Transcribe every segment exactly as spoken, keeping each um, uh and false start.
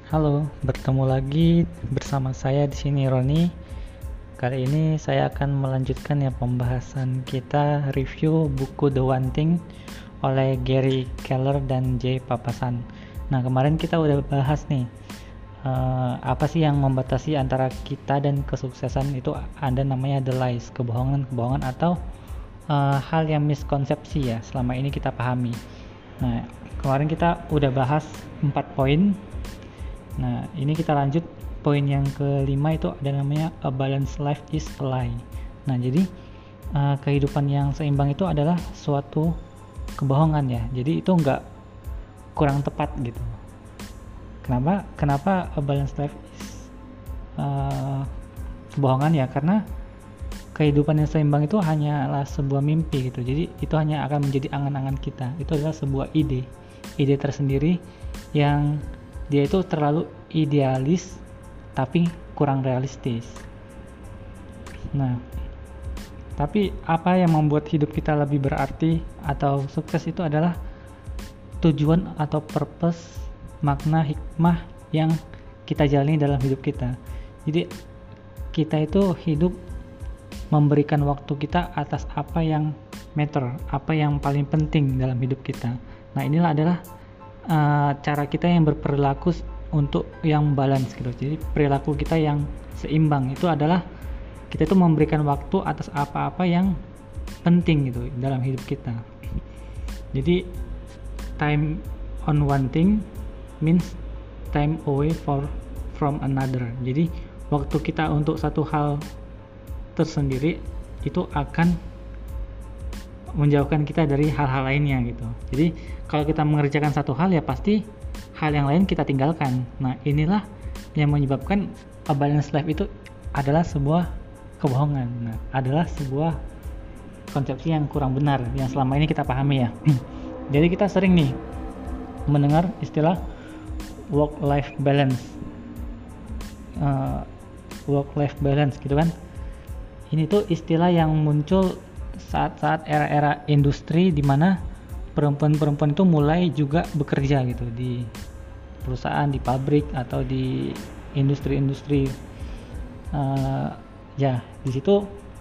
Halo, bertemu lagi bersama saya di sini Roni. Kali ini saya akan melanjutkan ya pembahasan kita review buku The One Thing oleh Gary Keller dan Jay Papasan. Nah, kemarin kita udah bahas nih uh, apa sih yang membatasi antara kita dan kesuksesan. Itu ada namanya the lies, kebohongan-kebohongan atau uh, hal yang miskonsepsi ya selama ini kita pahami. Nah, kemarin kita udah bahas empat poin. Nah, ini kita lanjut poin yang kelima, itu ada namanya a balanced life is a lie. Nah, jadi uh, kehidupan yang seimbang itu adalah suatu kebohongan ya. Jadi itu enggak kurang tepat gitu. Kenapa? Kenapa a balanced life is uh, kebohongan ya? Karena kehidupan yang seimbang itu hanyalah sebuah mimpi gitu. Jadi itu hanya akan menjadi angan-angan kita. Itu adalah sebuah ide, ide tersendiri yang dia itu terlalu idealis tapi kurang realistis. Nah, tapi apa yang membuat hidup kita lebih berarti atau sukses itu adalah tujuan atau purpose, makna, hikmah yang kita jalani dalam hidup kita. Jadi kita itu hidup memberikan waktu kita atas apa yang matter, apa yang paling penting dalam hidup kita. Nah, inilah adalah Uh, cara kita yang berperilaku untuk yang balance gitu. Jadi perilaku kita yang seimbang itu adalah kita itu memberikan waktu atas apa-apa yang penting gitu dalam hidup kita. Jadi time on one thing means time away for from another. Jadi waktu kita untuk satu hal tersendiri itu akan menjauhkan kita dari hal-hal lainnya gitu. Jadi kalau kita mengerjakan satu hal ya pasti hal yang lain kita tinggalkan. Nah, inilah yang menyebabkan a balanced life itu adalah sebuah kebohongan. Nah, adalah sebuah konsepsi yang kurang benar yang selama ini kita pahami ya. Jadi kita sering nih mendengar istilah work life balance. Uh, work life balance gitu kan. Ini tuh istilah yang muncul saat-saat era-era industri di mana perempuan-perempuan itu mulai juga bekerja gitu di perusahaan, di pabrik atau di industri-industri. Uh, ya di situ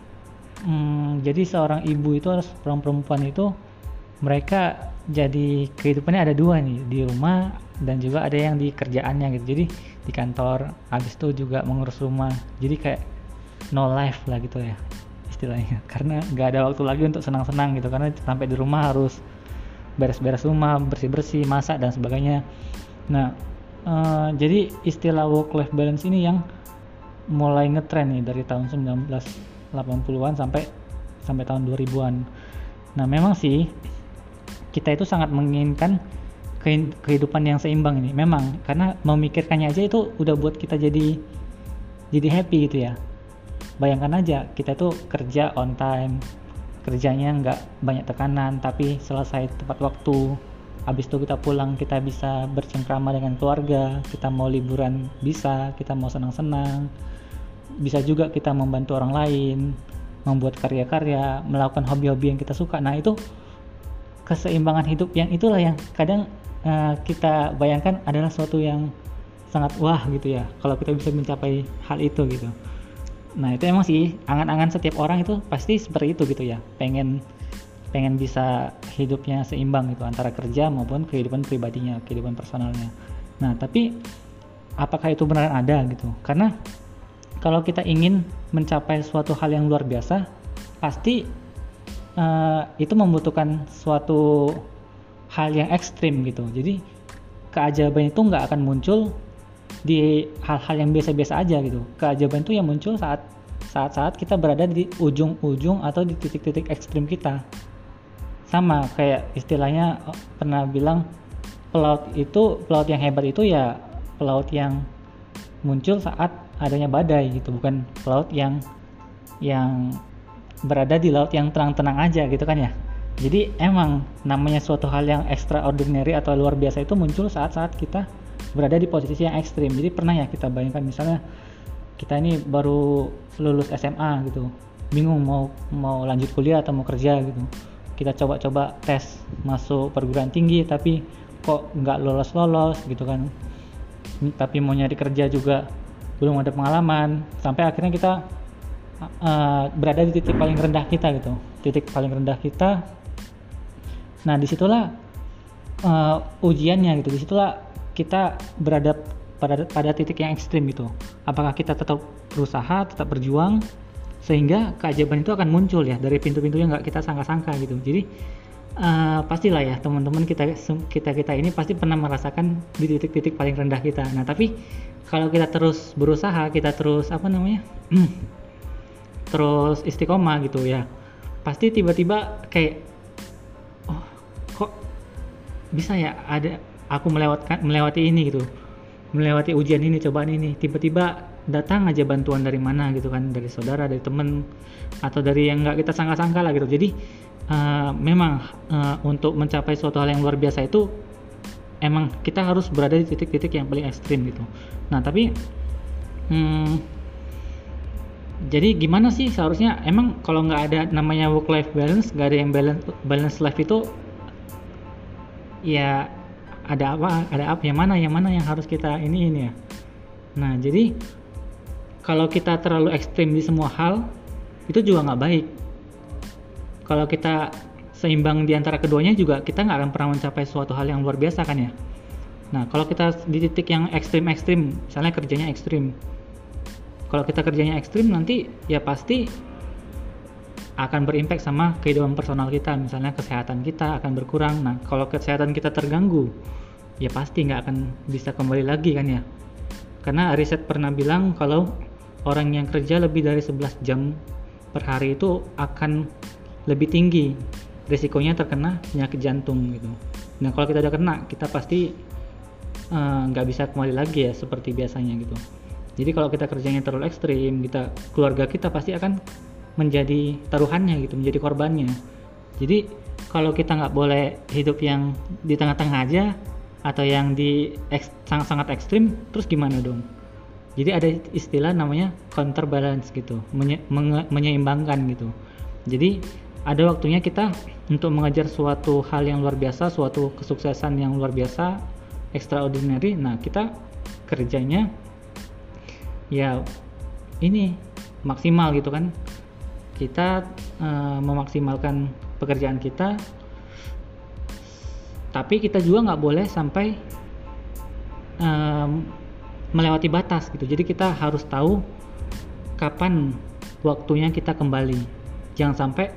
hmm, jadi seorang ibu itu harus perempuan itu mereka jadi kehidupannya ada dua nih, di rumah dan juga ada yang di kerjaannya gitu. Jadi di kantor, habis itu juga mengurus rumah. Jadi kayak no life lah gitu ya istilahnya, karena nggak ada waktu lagi untuk senang-senang gitu, karena sampai di rumah harus beres-beres rumah, bersih-bersih, masak dan sebagainya. Nah, uh, jadi istilah work life balance ini yang mulai ngetren nih dari tahun sembilan belas delapan puluhan sampai sampai tahun dua ribuan. Nah, memang sih kita itu sangat menginginkan kehidupan yang seimbang ini, memang karena memikirkannya aja itu udah buat kita jadi jadi happy gitu ya. Bayangkan aja kita tuh kerja on time, kerjanya nggak banyak tekanan tapi selesai tepat waktu. Habis itu kita pulang, kita bisa bercengkrama dengan keluarga, kita mau liburan bisa, kita mau senang-senang, bisa juga kita membantu orang lain, membuat karya-karya, melakukan hobi-hobi yang kita suka. Nah, itu keseimbangan hidup yang itulah yang kadang uh, kita bayangkan adalah suatu yang sangat wah gitu ya, kalau kita bisa mencapai hal itu gitu. Nah, itu emang sih angan-angan setiap orang itu pasti seperti itu gitu ya, pengen pengen bisa hidupnya seimbang gitu antara kerja maupun kehidupan pribadinya, kehidupan personalnya. Nah, tapi apakah itu benar ada gitu? Karena kalau kita ingin mencapai suatu hal yang luar biasa, pasti uh, itu membutuhkan suatu hal yang ekstrim gitu. Jadi keajaiban itu nggak akan muncul di hal-hal yang biasa-biasa aja gitu. Keajaiban itu yang muncul saat saat-saat kita berada di ujung-ujung atau di titik-titik ekstrim kita. Sama kayak istilahnya pernah bilang, pelaut itu pelaut yang hebat itu ya pelaut yang muncul saat adanya badai gitu, bukan pelaut yang yang berada di laut yang tenang-tenang aja gitu kan ya. Jadi emang namanya suatu hal yang extraordinary atau luar biasa itu muncul saat-saat kita berada di posisi yang ekstrim. Jadi pernah ya kita bayangkan misalnya kita ini baru lulus S M A gitu, bingung mau mau lanjut kuliah atau mau kerja gitu. Kita coba-coba tes masuk perguruan tinggi tapi kok nggak lolos-lolos gitu kan. tapi mau nyari kerja juga belum ada pengalaman, sampai akhirnya kita uh, berada di titik paling rendah kita gitu, titik paling rendah kita. Nah disitulah uh, ujiannya gitu, disitulah kita berada pada pada titik yang ekstrim gitu. Apakah kita tetap berusaha, tetap berjuang, sehingga keajaiban itu akan muncul ya dari pintu-pintu yang nggak kita sangka-sangka gitu. Jadi uh, pastilah ya teman-teman, kita kita kita ini pasti pernah merasakan di titik-titik paling rendah kita. Nah tapi kalau kita terus berusaha, kita terus apa namanya terus istiqomah gitu ya, pasti tiba-tiba kayak oh kok bisa ya ada aku melewatkan melewati ini gitu, melewati ujian ini, cobaan ini, tiba-tiba datang aja bantuan dari mana gitu kan, dari saudara, dari temen, atau dari yang nggak kita sangka-sangka lah gitu. Jadi uh, memang uh, untuk mencapai suatu hal yang luar biasa itu emang kita harus berada di titik-titik yang paling ekstrim gitu. Nah tapi hmm, jadi gimana sih seharusnya, emang kalau nggak ada namanya work life balance, nggak ada yang balance balance life itu ya ada apa ada apa yang mana yang mana yang harus kita ini ini ya. Nah jadi kalau kita terlalu ekstrim di semua hal itu juga nggak baik. Kalau kita seimbang di antara keduanya juga kita nggak akan pernah mencapai suatu hal yang luar biasa kan ya. Nah kalau kita di titik yang ekstrim-ekstrim, misalnya kerjanya ekstrim, kalau kita kerjanya ekstrim nanti ya pasti akan berimpact sama kehidupan personal kita, misalnya kesehatan kita akan berkurang. Nah kalau kesehatan kita terganggu ya pasti nggak akan bisa kembali lagi kan ya, karena riset pernah bilang kalau orang yang kerja lebih dari sebelas jam per hari itu akan lebih tinggi risikonya terkena penyakit jantung gitu. Nah kalau kita udah kena, kita pasti nggak uh, bisa kembali lagi ya seperti biasanya gitu. Jadi kalau kita kerjanya terlalu ekstrim, kita keluarga kita pasti akan menjadi taruhannya gitu, menjadi korbannya. Jadi kalau kita nggak boleh hidup yang di tengah-tengah aja atau yang di eks, sangat-sangat ekstrim, terus gimana dong? Jadi ada istilah namanya counterbalance gitu, menye, menge, menyeimbangkan gitu. Jadi ada waktunya kita untuk mengejar suatu hal yang luar biasa, suatu kesuksesan yang luar biasa, extraordinary. Nah kita kerjanya ya ini maksimal gitu kan, kita uh, memaksimalkan pekerjaan kita, tapi kita juga nggak boleh sampai um, melewati batas gitu. Jadi kita harus tahu kapan waktunya kita kembali, jangan sampai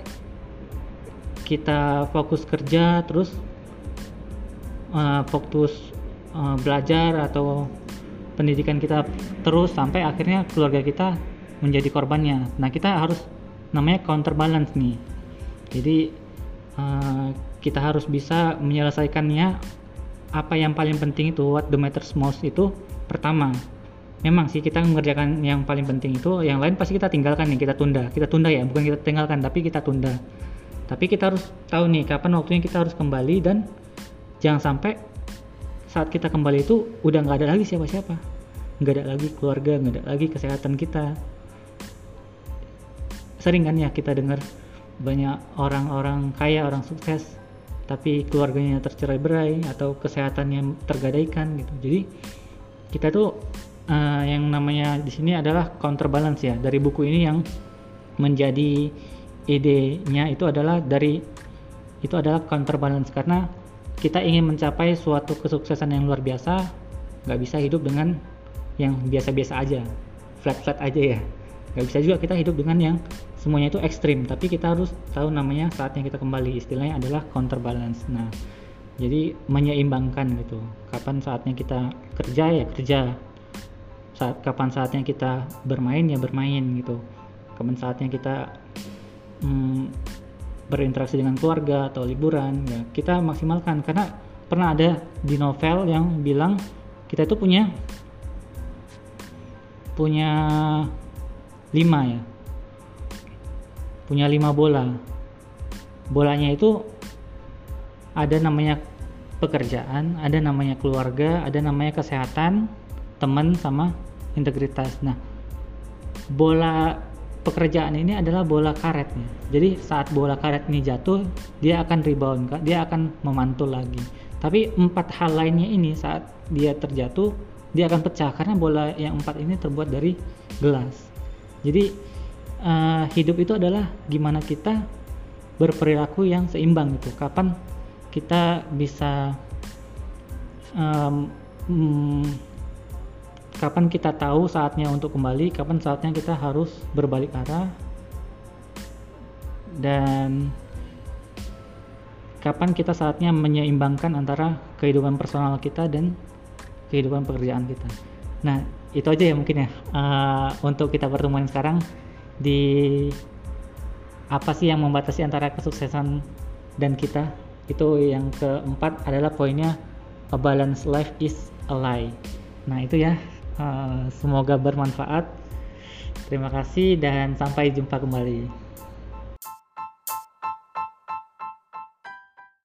kita fokus kerja terus uh, fokus uh, belajar atau pendidikan kita terus sampai akhirnya keluarga kita menjadi korbannya. Nah kita harus namanya counterbalance nih. Jadi uh, kita harus bisa menyelesaikannya. Apa yang paling penting itu, what the matters most itu pertama, memang sih kita mengerjakan yang paling penting itu, yang lain pasti kita tinggalkan nih, kita tunda kita tunda ya, bukan kita tinggalkan tapi kita tunda. Tapi kita harus tahu nih kapan waktunya kita harus kembali, dan jangan sampai saat kita kembali itu udah nggak ada lagi siapa-siapa, nggak ada lagi keluarga, nggak ada lagi kesehatan kita. Sering kan ya kita dengar banyak orang-orang kaya, orang sukses, tapi keluarganya tercerai-berai atau kesehatannya tergadaikan gitu. Jadi kita tuh uh, yang namanya di sini adalah counterbalance ya. Dari buku ini yang menjadi idenya itu adalah dari itu adalah counterbalance, karena kita ingin mencapai suatu kesuksesan yang luar biasa, nggak bisa hidup dengan yang biasa-biasa aja, flat-flat aja ya. Nggak bisa juga kita hidup dengan yang semuanya itu ekstrim, tapi kita harus tahu namanya saatnya kita kembali, istilahnya adalah counterbalance. Nah jadi menyeimbangkan gitu, kapan saatnya kita kerja ya kerja, saat kapan saatnya kita bermain ya bermain gitu, kapan saatnya kita hmm, berinteraksi dengan keluarga atau liburan ya kita maksimalkan. Karena pernah ada di novel yang bilang kita itu punya punya lima ya punya lima bola. Bolanya itu ada namanya pekerjaan, ada namanya keluarga, ada namanya kesehatan, teman, sama integritas. Nah bola pekerjaan ini adalah bola karet nih. Jadi saat bola karet ini jatuh, dia akan rebound, dia akan memantul lagi. Tapi empat hal lainnya ini saat dia terjatuh, dia akan pecah karena bola yang empat ini terbuat dari gelas. Jadi uh, hidup itu adalah gimana kita berperilaku yang seimbang gitu. Kapan kita bisa um, um, kapan kita tahu saatnya untuk kembali, kapan saatnya kita harus berbalik arah, dan kapan kita saatnya menyeimbangkan antara kehidupan personal kita dan kehidupan pekerjaan kita. Nah, itu aja ya mungkin ya uh, untuk kita pertemuan sekarang. Di apa sih yang membatasi antara kesuksesan dan kita? Itu yang keempat adalah poinnya, a balanced life is a lie. Nah itu ya, uh, semoga bermanfaat. Terima kasih dan sampai jumpa kembali.